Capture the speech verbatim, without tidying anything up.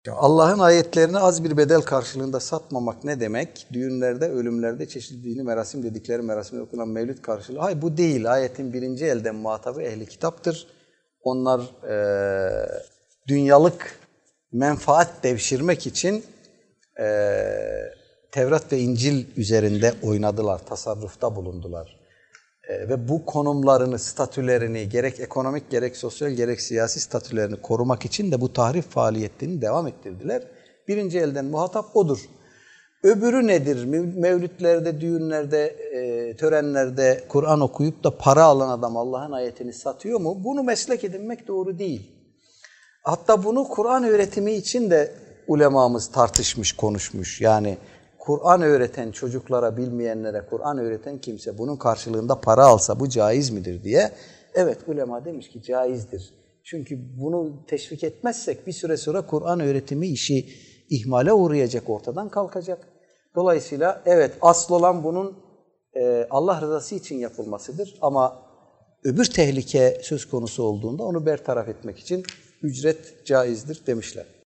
Allah'ın ayetlerini az bir bedel karşılığında satmamak ne demek? Düğünlerde, ölümlerde çeşitli dini merasim dedikleri merasimde okunan mevlüt karşılığı. Hayır, bu değil. Ayetin birinci elden muhatabı ehli kitaptır. Onlar e, dünyalık menfaat devşirmek için e, Tevrat ve İncil üzerinde oynadılar, tasarrufta bulundular. E, ve bu konumlarını, statülerini, gerek ekonomik, gerek sosyal, gerek siyasi statülerini korumak için de bu tahrif faaliyetlerini devam ettirdiler. Birinci elden muhatap odur. Öbürü nedir? Mevlütlerde, düğünlerde, e, törenlerde Kur'an okuyup da para alan adam Allah'ın ayetini satıyor mu? Bunu meslek edinmek doğru değil. Hatta bunu Kur'an öğretimi için de ulemamız tartışmış, konuşmuş. Yani Kur'an öğreten çocuklara, bilmeyenlere Kur'an öğreten kimse bunun karşılığında para alsa bu caiz midir diye. Evet, ulema demiş ki caizdir. Çünkü bunu teşvik etmezsek bir süre sonra Kur'an öğretimi işi ihmale uğrayacak, ortadan kalkacak. Dolayısıyla evet, asıl olan bunun e, Allah rızası için yapılmasıdır. Ama öbür tehlike söz konusu olduğunda onu bertaraf etmek için ücret caizdir demişler.